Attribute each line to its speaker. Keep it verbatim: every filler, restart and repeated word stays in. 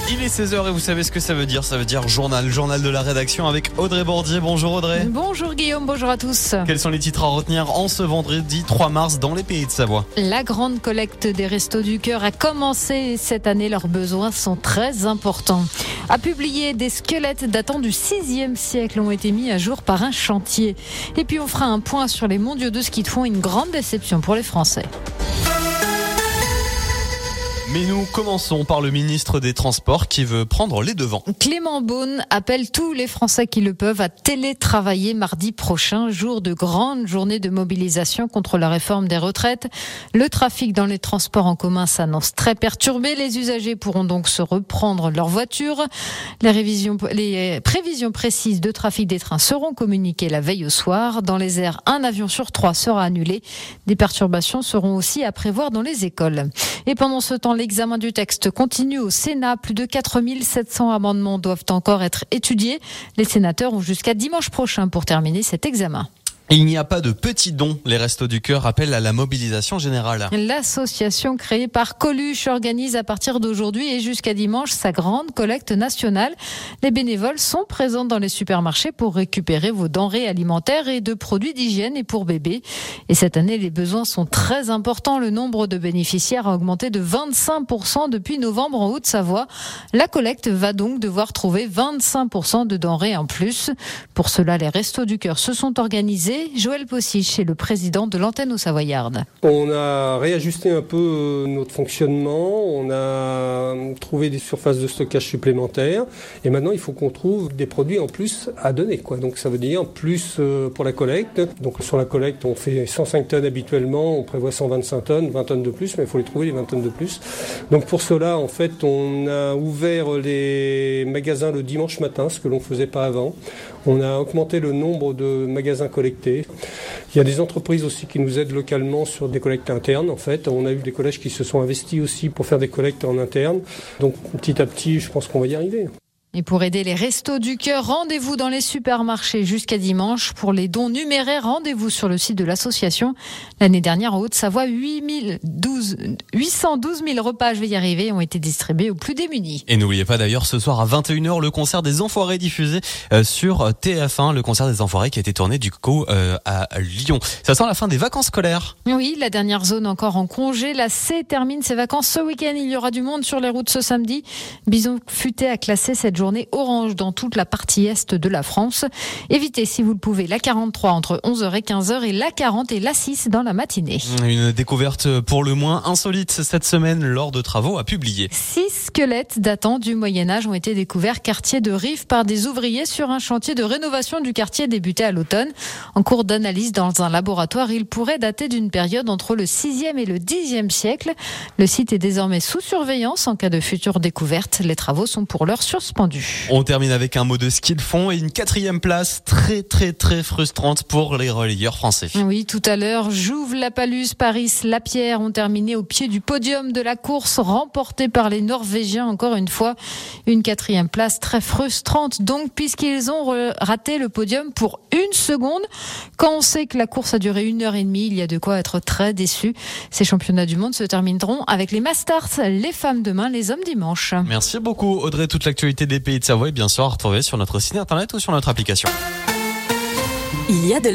Speaker 1: Il est seize heures et vous savez ce que ça veut dire. Ça veut dire journal, journal de la rédaction avec Audrey Bordier. Bonjour Audrey.
Speaker 2: Bonjour Guillaume, bonjour à tous.
Speaker 1: Quels sont les titres à retenir en ce vendredi trois mars dans les Pays de Savoie?
Speaker 2: La grande collecte des Restos du Cœur a commencé cette année. Leurs besoins sont très importants. À publier, des squelettes datant du sixième siècle ont été mis à jour par un chantier. Et puis on fera un point sur les mondiaux de ski de fond. Une grande déception pour les Français.
Speaker 1: Mais nous commençons par le ministre des Transports qui veut prendre les devants.
Speaker 2: Clément Beaune appelle tous les Français qui le peuvent à télétravailler mardi prochain, jour de grande journée de mobilisation contre la réforme des retraites. Le trafic dans les transports en commun s'annonce très perturbé. Les usagers pourront donc se reprendre leur voiture. Les, révisions, les prévisions précises de trafic des trains seront communiquées la veille au soir. Dans les airs, un avion sur trois sera annulé. Des perturbations seront aussi à prévoir dans les écoles. Et pendant ce temps, l'examen du texte continue au Sénat. Plus de quatre mille sept cents amendements doivent encore être étudiés. Les sénateurs ont jusqu'à dimanche prochain pour terminer cet examen.
Speaker 1: Il n'y a pas de petits dons. Les Restos du Cœur appellent à la mobilisation générale.
Speaker 2: L'association créée par Coluche organise à partir d'aujourd'hui et jusqu'à dimanche sa grande collecte nationale. Les bénévoles sont présents dans les supermarchés pour récupérer vos denrées alimentaires et de produits d'hygiène et pour bébés. Et cette année, les besoins sont très importants. Le nombre de bénéficiaires a augmenté de vingt-cinq pour cent depuis novembre en Haute-Savoie. La collecte va donc devoir trouver vingt-cinq pour cent de denrées en plus. Pour cela, les Restos du Cœur se sont organisés. Joël Possiche est le président de l'antenne au Savoyarde.
Speaker 3: On a réajusté un peu notre fonctionnement, on a trouvé des surfaces de stockage supplémentaires et maintenant il faut qu'on trouve des produits en plus à donner, quoi. Donc ça veut dire plus pour la collecte. Donc sur la collecte on fait cent cinq tonnes habituellement, on prévoit cent vingt-cinq tonnes, vingt tonnes de plus, mais il faut les trouver les vingt tonnes de plus. Donc pour cela en fait on a ouvert les magasins le dimanche matin, ce que l'on ne faisait pas avant. On a augmenté le nombre de magasins collectés. Il y a des entreprises aussi qui nous aident localement sur des collectes internes. En fait, on a eu des collèges qui se sont investis aussi pour faire des collectes en interne. Donc petit à petit, je pense qu'on va y arriver.
Speaker 2: Et pour aider les Restos du Cœur, rendez-vous dans les supermarchés jusqu'à dimanche. Pour les dons numéraires, rendez-vous sur le site de l'association. L'année dernière, en Haute-Savoie, huit cent douze mille repas, je vais y arriver, ont été distribués aux plus démunis.
Speaker 1: Et n'oubliez pas d'ailleurs, ce soir à vingt et une heures, le concert des Enfoirés diffusé sur T F un. Le concert des Enfoirés qui a été tourné du coup euh, à Lyon. Ça sent la fin des vacances scolaires.
Speaker 2: Oui, la dernière zone encore en congé. La C termine ses vacances ce week-end. Il y aura du monde sur les routes ce samedi. Bison Futé a classé cette journée journée orange dans toute la partie est de la France. Évitez, si vous le pouvez, la quarante-trois entre onze heures et quinze heures et la quarante et la six dans la matinée.
Speaker 1: Une découverte pour le moins insolite cette semaine lors de travaux à publier.
Speaker 2: Six squelettes datant du Moyen-Âge ont été découverts quartier de Rives par des ouvriers sur un chantier de rénovation du quartier débuté à l'automne. En cours d'analyse dans un laboratoire, ils pourraient dater d'une période entre le sixième et le dixième siècle. Le site est désormais sous surveillance en cas de future découverte. Les travaux sont pour l'heure suspendus.
Speaker 1: On termine avec un mot de ski de fond et une quatrième place très très très frustrante pour les relayeurs français.
Speaker 2: Oui, tout à l'heure, Jouve, La Palus, Paris, Lapierre ont terminé au pied du podium de la course remportée par les Norvégiens encore une fois. Une quatrième place très frustrante donc puisqu'ils ont raté le podium pour une seconde. Quand on sait que la course a duré une heure et demie, il y a de quoi être très déçu. Ces championnats du monde se termineront avec les Masters, les femmes demain, les hommes dimanche.
Speaker 1: Merci beaucoup Audrey, toute l'actualité des Pays de Savoie est bien sûr à retrouver sur notre site internet ou sur notre application.
Speaker 4: Il y a de